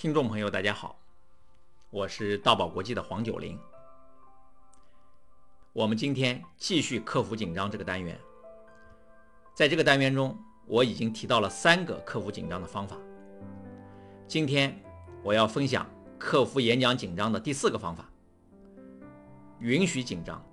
听众朋友大家好，我是道宝国际的黄九龄。我们今天继续克服紧张这个单元。在这个单元中，我已经提到了3个克服紧张的方法。今天我要分享克服演讲紧张的第4个方法，允许紧张。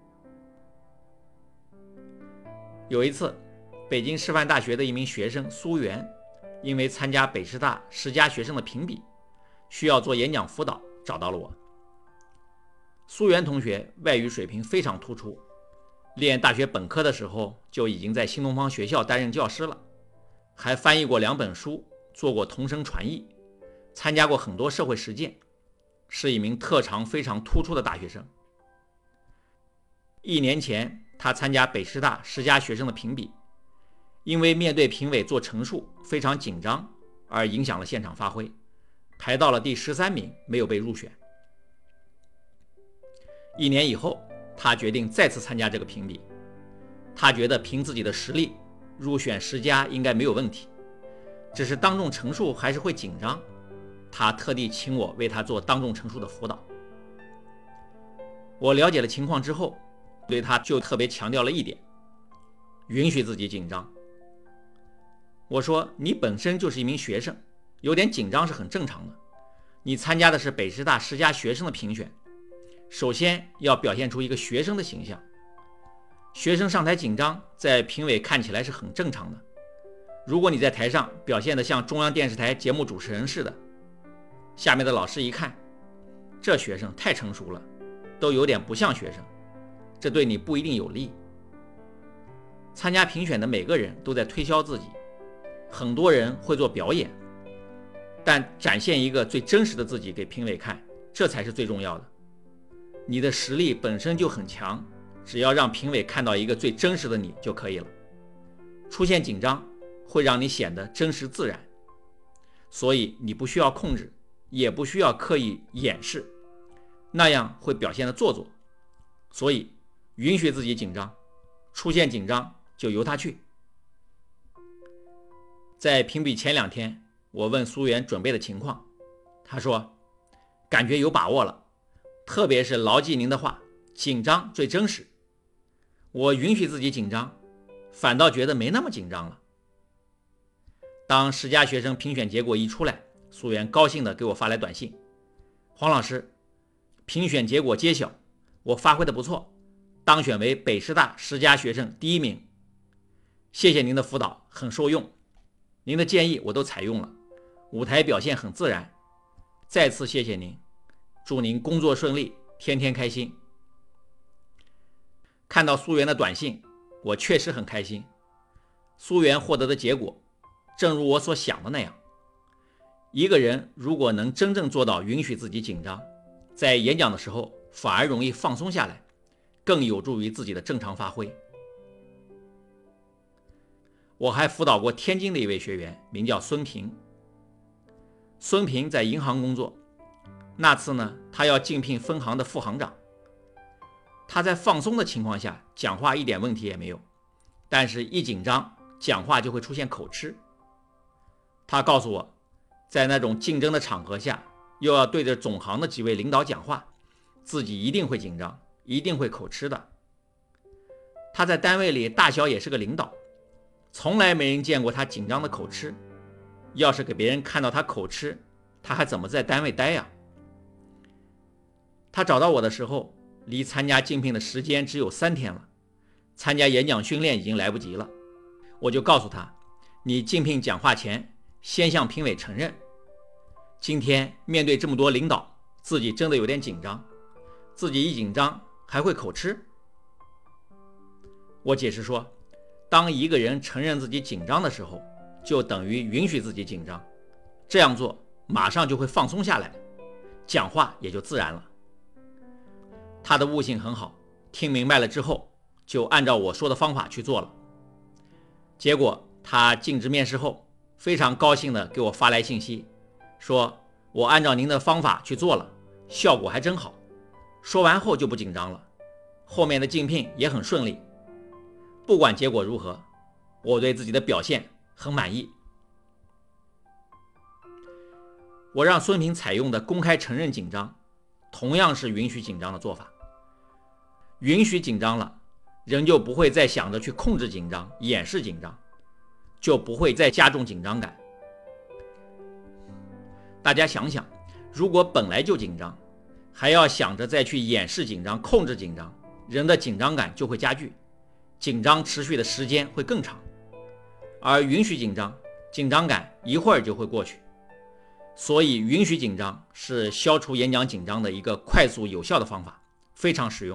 有一次，北京师范大学的一名学生苏源，因为参加北师大10佳学生的评比，需要做演讲辅导，找到了我。苏源同学外语水平非常突出，练大学本科的时候就已经在新东方学校担任教师了，还翻译过2本书，做过同声传译，参加过很多社会实践，是一名特长非常突出的大学生。1年前，他参加北师大10佳学生的评比，因为面对评委做陈述非常紧张，而影响了现场发挥，排到了第13名，没有被入选。1年以后，他决定再次参加这个评比。他觉得凭自己的实力入选10佳应该没有问题，只是当众陈述还是会紧张。他特地请我为他做当众陈述的辅导。我了解了情况之后，对他就特别强调了一点：允许自己紧张。我说，你本身就是一名学生，有点紧张是很正常的。你参加的是北师大10佳学生的评选，首先要表现出一个学生的形象。学生上台紧张，在评委看起来是很正常的。如果你在台上表现得像中央电视台节目主持人似的，下面的老师一看，这学生太成熟了，都有点不像学生，这对你不一定有利。参加评选的每个人都在推销自己，很多人会做表演，但展现一个最真实的自己给评委看，这才是最重要的。你的实力本身就很强，只要让评委看到一个最真实的你就可以了。出现紧张会让你显得真实自然，所以你不需要控制，也不需要刻意掩饰，那样会表现得做作。所以允许自己紧张，出现紧张就由他去。在评比前2天，我问苏源准备的情况，他说感觉有把握了，特别是牢记您的话，紧张最真实。我允许自己紧张，反倒觉得没那么紧张了。当10佳学生评选结果一出来，苏源高兴地给我发来短信：黄老师，评选结果揭晓，我发挥得不错，当选为北师大10佳学生第1名。谢谢您的辅导，很受用，您的建议我都采用了，舞台表现很自然，再次谢谢您，祝您工作顺利，天天开心。看到苏源的短信，我确实很开心。苏源获得的结果正如我所想的那样。一个人如果能真正做到允许自己紧张，在演讲的时候反而容易放松下来，更有助于自己的正常发挥。我还辅导过天津的一位学员，名叫孙平。孙平在银行工作，那次呢，他要竞聘分行的副行长。他在放松的情况下讲话一点问题也没有，但是一紧张，讲话就会出现口吃。他告诉我，在那种竞争的场合下，又要对着总行的几位领导讲话，自己一定会紧张，一定会口吃的。他在单位里大小也是个领导，从来没人见过他紧张的口吃。要是给别人看到他口吃，他还怎么在单位待呀？他找到我的时候，离参加竞聘的时间只有3天了，参加演讲训练已经来不及了。我就告诉他，你竞聘讲话前先向评委承认，今天面对这么多领导，自己真的有点紧张，自己一紧张还会口吃。我解释说，当一个人承认自己紧张的时候，就等于允许自己紧张，这样做马上就会放松下来，讲话也就自然了。他的悟性很好，听明白了之后，就按照我说的方法去做了。结果他尽职面试后，非常高兴地给我发来信息，说我按照您的方法去做了，效果还真好。说完后就不紧张了，后面的竞聘也很顺利。不管结果如何，我对自己的表现很满意。 我让孙平采用的公开承认紧张，同样是允许紧张的做法。允许紧张了，人就不会再想着去控制紧张、掩饰紧张，就不会再加重紧张感。大家想想，如果本来就紧张，还要想着再去掩饰紧张、控制紧张，人的紧张感就会加剧，紧张持续的时间会更长。而允许紧张，紧张感一会儿就会过去。所以允许紧张是消除演讲紧张的一个快速有效的方法，非常实用。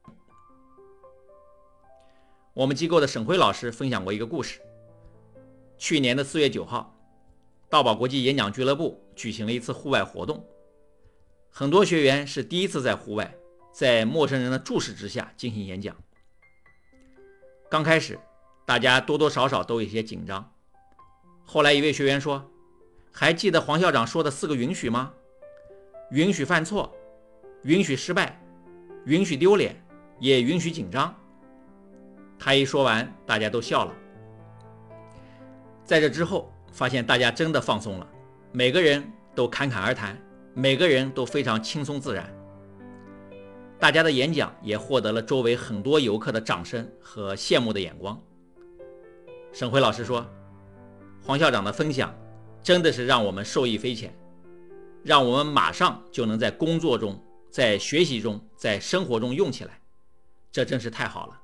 我们机构的沈辉老师分享过一个故事。去年的4月9号，道宝国际演讲俱乐部举行了一次户外活动，很多学员是第一次在户外，在陌生人的注视之下进行演讲。刚开始大家多多少少都有些紧张，后来一位学员说，还记得黄校长说的4个允许吗？允许犯错，允许失败，允许丢脸，也允许紧张。他一说完，大家都笑了。在这之后，发现大家真的放松了，每个人都侃侃而谈，每个人都非常轻松自然。大家的演讲也获得了周围很多游客的掌声和羡慕的眼光。沈辉老师说，黄校长的分享真的是让我们受益匪浅，让我们马上就能在工作中、在学习中、在生活中用起来，这真是太好了。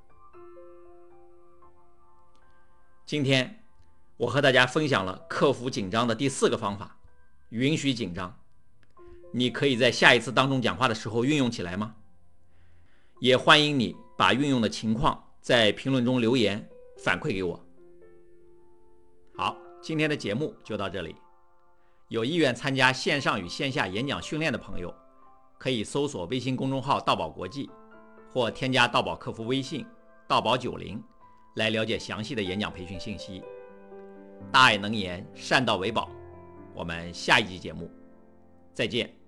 今天我和大家分享了克服紧张的第4个方法，允许紧张。你可以在下一次当众讲话的时候运用起来吗？也欢迎你把运用的情况在评论中留言反馈给我。好，今天的节目就到这里。有意愿参加线上与线下演讲训练的朋友，可以搜索微信公众号道宝国际，或添加道宝客服微信道宝90来了解详细的演讲培训信息。大爱能言，善道为宝。我们下一集节目再见。